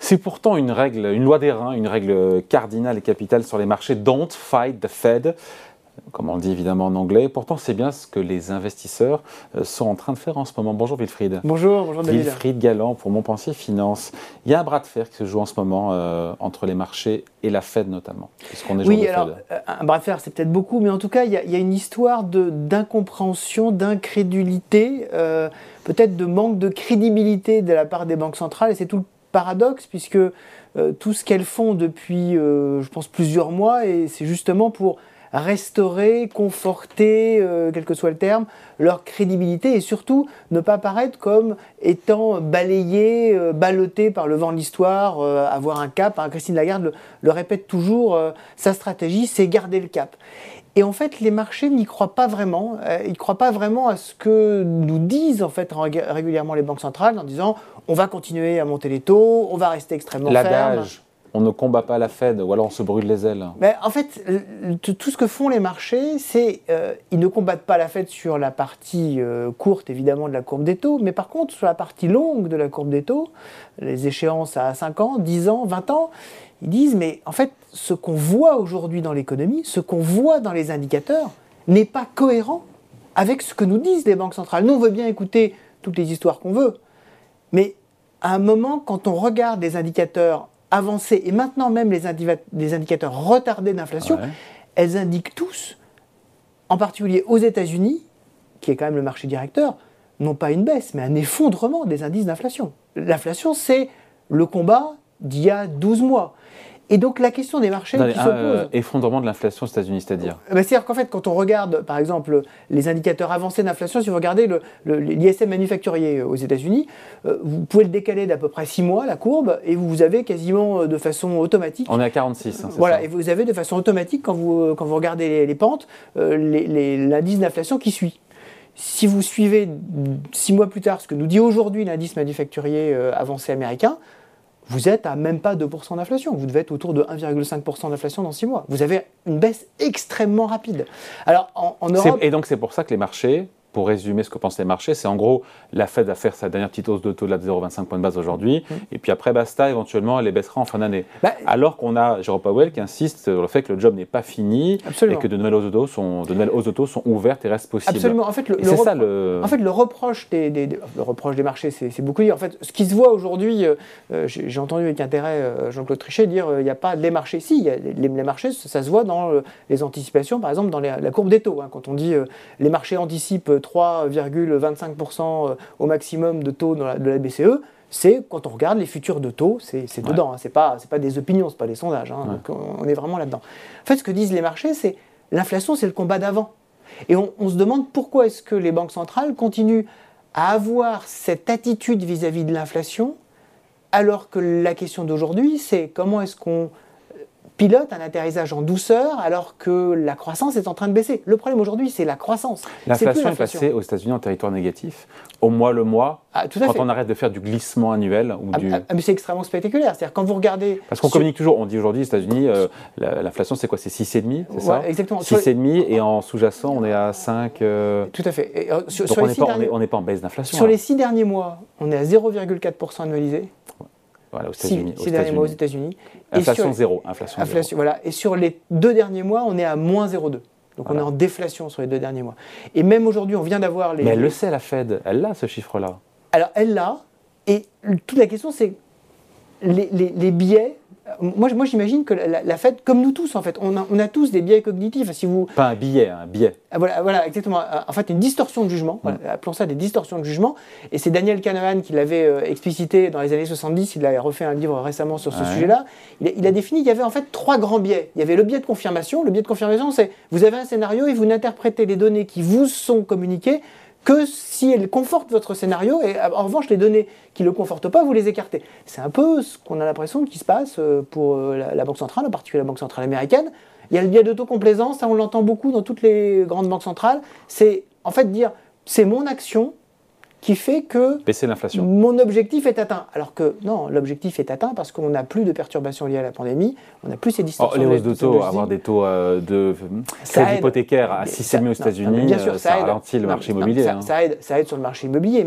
C'est pourtant une règle, une loi d'airain, une règle cardinale et capitale sur les marchés. Don't fight the Fed, comme on le dit évidemment en anglais. Pourtant, c'est bien ce que les investisseurs sont en train de faire en ce moment. Bonjour Wilfried. Bonjour David. Wilfried Galland pour Montpensier Finance. Il y a un bras de fer qui se joue en ce moment entre les marchés et la Fed notamment. Puisqu'on est jour de Fed. Un bras de fer, c'est peut-être beaucoup, mais en tout cas, il y a une histoire d'incompréhension, d'incrédulité, peut-être de manque de crédibilité de la part des banques centrales. Et c'est tout le paradoxe, puisque tout ce qu'elles font depuis, je pense, plusieurs mois, et c'est justement pour restaurer, conforter, quel que soit le terme, leur crédibilité et surtout ne pas paraître comme étant balayés, ballottés par le vent de l'histoire, avoir un cap. Christine Lagarde le répète toujours, sa stratégie, c'est garder le cap. Et en fait, les marchés n'y croient pas vraiment. Ils ne croient pas vraiment à ce que nous disent en fait régulièrement les banques centrales en disant on va continuer à monter les taux, on va rester extrêmement ferme. L'adage, on ne combat pas la Fed, ou alors on se brûle les ailes. Mais en fait, tout ce que font les marchés, c'est ils ne combattent pas la Fed sur la partie courte, évidemment, de la courbe des taux, mais par contre, sur la partie longue de la courbe des taux, les échéances à 5 ans, 10 ans, 20 ans, ils disent, mais en fait, ce qu'on voit aujourd'hui dans l'économie, ce qu'on voit dans les indicateurs, n'est pas cohérent avec ce que nous disent les banques centrales. Nous, on veut bien écouter toutes les histoires qu'on veut, mais à un moment, quand on regarde les indicateurs avancés, et maintenant même les indicateurs retardés d'inflation, elles indiquent tous, en particulier aux États-Unis, qui est quand même le marché directeur, non pas une baisse, mais un effondrement des indices d'inflation. L'inflation, c'est le combat d'il y a 12 mois. Et donc la question des marchés qui se pose. Effondrement de l'inflation aux États-Unis, c'est-à-dire c'est-à-dire qu'en fait, quand on regarde, par exemple, les indicateurs avancés d'inflation, si vous regardez l'ISM manufacturier aux États-Unis, vous pouvez le décaler d'à peu près 6 mois, la courbe, et vous avez quasiment de façon automatique. On est à 46. Voilà, ça. et vous avez de façon automatique, quand vous regardez les pentes, l'indice d'inflation qui suit. Si vous suivez 6 mois plus tard ce que nous dit aujourd'hui l'indice manufacturier avancé américain, vous êtes à même pas 2% d'inflation. Vous devez être autour de 1,5% d'inflation dans 6 mois. Vous avez une baisse extrêmement rapide. Alors, en Europe... Et donc, c'est pour ça que les marchés, pour résumer ce que pensent les marchés, c'est en gros, la Fed va faire sa dernière petite hausse de taux de 0,25 points de base aujourd'hui, et puis après, basta, éventuellement, elle les baissera en fin d'année. Alors qu'on a Jérôme Powell qui insiste sur le fait que le job n'est pas fini, et que de nouvelles hausses de taux sont ouvertes et restent possibles. Absolument. En fait, le reproche des marchés, c'est beaucoup dire. En fait, ce qui se voit aujourd'hui, j'ai entendu avec intérêt Jean-Claude Trichet dire il n'y a pas les marchés. Si, les marchés, ça se voit dans les anticipations, par exemple, dans la courbe des taux. Quand on dit les marchés anticipent 3,25% au maximum de taux de la BCE, c'est quand on regarde les futurs de taux, c'est dedans, c'est pas des opinions, c'est pas des sondages, donc on est vraiment là-dedans. En fait, ce que disent les marchés, c'est l'inflation, c'est le combat d'avant. Et on se demande pourquoi est-ce que les banques centrales continuent à avoir cette attitude vis-à-vis de l'inflation, alors que la question d'aujourd'hui, c'est comment est-ce qu'on pilote un atterrissage en douceur alors que la croissance est en train de baisser. Le problème aujourd'hui, c'est la croissance. L'inflation est passée aux États-Unis en territoire négatif, au mois le mois, quand on arrête de faire du glissement annuel. Mais c'est extrêmement spectaculaire. C'est-à-dire quand vous regardez... Parce qu'on communique toujours, on dit aujourd'hui aux États-Unis, l'inflation c'est quoi? C'est 6,5, c'est ça? Exactement. 6,5 et en sous-jacent on est à 5... Tout à fait. Et, donc on n'est pas en baisse d'inflation. Sur les 6 derniers mois, on est à 0,4% annualisé. Voilà, aux États-Unis. 6 derniers mois aux États-Unis. Inflation zéro. Inflation zéro. Voilà. Et sur les 2 derniers mois, on est à moins 0,2. Donc on est en déflation sur les 2 derniers mois. Et même aujourd'hui, on vient d'avoir les... Mais elle le sait, la Fed. Elle a ce chiffre-là. Alors, elle l'a. Et toute la question, c'est les biais. Moi, j'imagine que la Fed, comme nous tous, en fait, on a tous des biais cognitifs. Si vous... Pas un billet, un biais. Voilà, exactement. En fait, une distorsion de jugement. Appelons ça des distorsions de jugement. Et c'est Daniel Kahneman qui l'avait explicité dans les années 70. Il a refait un livre récemment sur ce sujet-là. Il a défini qu'il y avait en fait 3 grands biais. Il y avait le biais de confirmation. Le biais de confirmation, c'est vous avez un scénario et vous n'interprétez les données qui vous sont communiquées que si elles confortent votre scénario, et en revanche, les données qui ne le confortent pas, vous les écartez. C'est un peu ce qu'on a l'impression qui se passe pour la Banque centrale, en particulier la Banque centrale américaine. Il y a le biais d'autocomplaisance, ça on l'entend beaucoup dans toutes les grandes banques centrales. C'est en fait dire, c'est mon action qui fait que baisser l'inflation. Mon objectif est atteint. Alors que non, l'objectif est atteint parce qu'on n'a plus de perturbations liées à la pandémie, on n'a plus ces distorsions. Les hausses de taux, avoir des taux de crédit hypothécaire à 6,5 aux États-Unis, ça ralentit le marché immobilier. Ça aide sur le marché immobilier,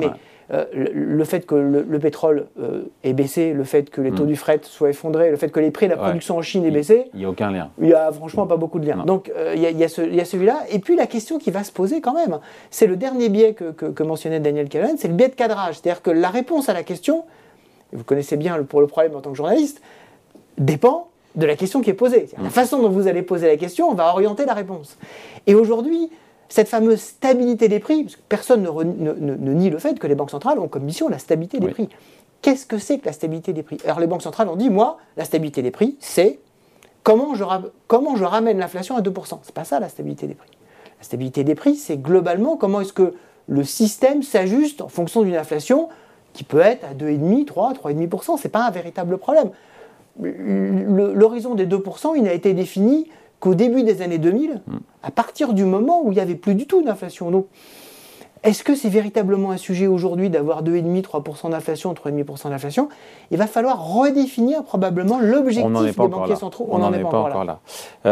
le fait que le pétrole ait baissé, le fait que les taux du fret soient effondrés, le fait que les prix de la production en Chine aient baissé. Il n'y a aucun lien. Il n'y a franchement pas beaucoup de liens. Donc il y a celui-là. Et puis la question qui va se poser quand même, c'est le dernier biais que mentionnait Daniel Callahan, c'est le biais de cadrage. C'est-à-dire que la réponse à la question, vous connaissez bien pour le problème en tant que journaliste, dépend de la question qui est posée. La façon dont vous allez poser la question va orienter la réponse. Et aujourd'hui, cette fameuse stabilité des prix, parce que personne ne nie le fait que les banques centrales ont comme mission la stabilité des prix. Qu'est-ce que c'est que la stabilité des prix? Alors les banques centrales ont dit, moi, la stabilité des prix, c'est comment je ramène l'inflation à 2%. C'est pas ça la stabilité des prix. La stabilité des prix, c'est globalement comment est-ce que le système s'ajuste en fonction d'une inflation qui peut être à 2,5, 3, 3,5%. C'est pas un véritable problème. L'horizon des 2%, il n'a été défini qu'au début des années 2000, à partir du moment où il n'y avait plus du tout d'inflation. Donc, est-ce que c'est véritablement un sujet aujourd'hui d'avoir 2,5, 3% d'inflation, 3,5% d'inflation? Il va falloir redéfinir probablement l'objectif des banquiers centraux. On n'en est pas encore là.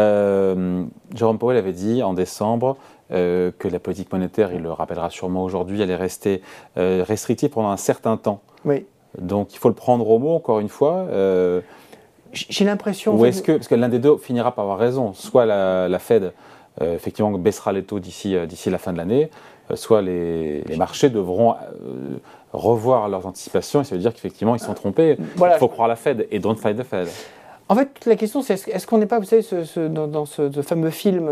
Jérôme Powell avait dit en décembre que la politique monétaire, il le rappellera sûrement aujourd'hui, allait rester restrictive pendant un certain temps. Oui. Donc il faut le prendre au mot, encore une fois. J'ai l'impression... Ou est-ce que, parce que l'un des deux finira par avoir raison, soit la Fed effectivement baissera les taux d'ici la fin de l'année, soit les marchés devront revoir leurs anticipations, et ça veut dire qu'effectivement ils sont trompés. Voilà. Il faut croire la Fed et don't fight the Fed. En fait, toute la question, c'est est-ce qu'on n'est pas, vous savez, dans ce fameux film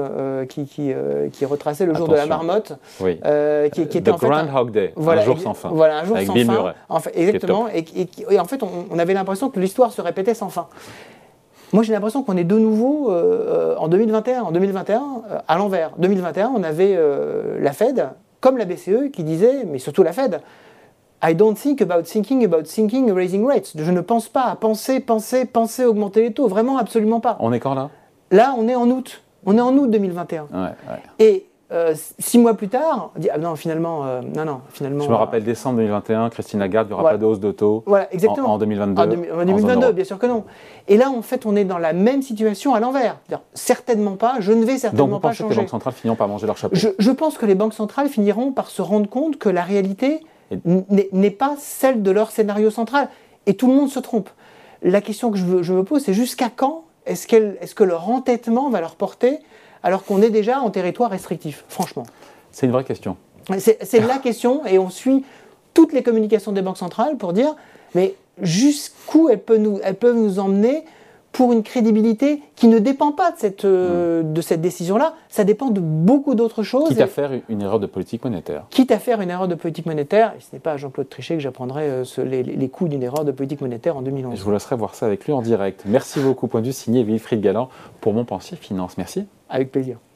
qui retraçait le jour de la marmotte, oui. Qui était The Groundhog Day, voilà, un jour sans fin. Voilà, un jour avec sans Bill fin. Murray. En fait, exactement. Et en fait, on avait l'impression que l'histoire se répétait sans fin. Moi, j'ai l'impression qu'on est de nouveau en 2021. En 2021, à l'envers. 2021, on avait la Fed, comme la BCE, qui disait, mais surtout la Fed, I don't think about thinking raising rates. Je ne pense pas à penser augmenter les taux. Vraiment, absolument pas. On est quand là? Là, on est en août. On est en août 2021. Ouais. Et 6 mois plus tard, on dit, non, finalement... Je me rappelle décembre 2021, Christine Lagarde, il n'y aura pas de hausse de taux en 2022. En 2022, bien sûr que non. Et là, en fait, on est dans la même situation à l'envers. Certainement pas, je ne vais certainement pas changer. Donc vous pensez que les banques centrales finiront par manger leur chapeau? Je pense que les banques centrales finiront par se rendre compte que la réalité n'est pas celle de leur scénario central. Et tout le monde se trompe. La question que je me pose, c'est jusqu'à quand est-ce que leur entêtement va leur porter alors qu'on est déjà en territoire restrictif, franchement? C'est une vraie question. C'est la question, et on suit toutes les communications des banques centrales pour dire, mais jusqu'où elles peuvent nous emmener pour une crédibilité qui ne dépend pas de cette décision-là, ça dépend de beaucoup d'autres choses. Quitte à faire une erreur de politique monétaire. Quitte à faire une erreur de politique monétaire, et ce n'est pas à Jean-Claude Trichet que j'apprendrai les coups d'une erreur de politique monétaire en 2011. Je vous laisserai voir ça avec lui en direct. Merci beaucoup, point de vue signé Wilfried Galland pour Montpensier Finance. Merci. Avec plaisir.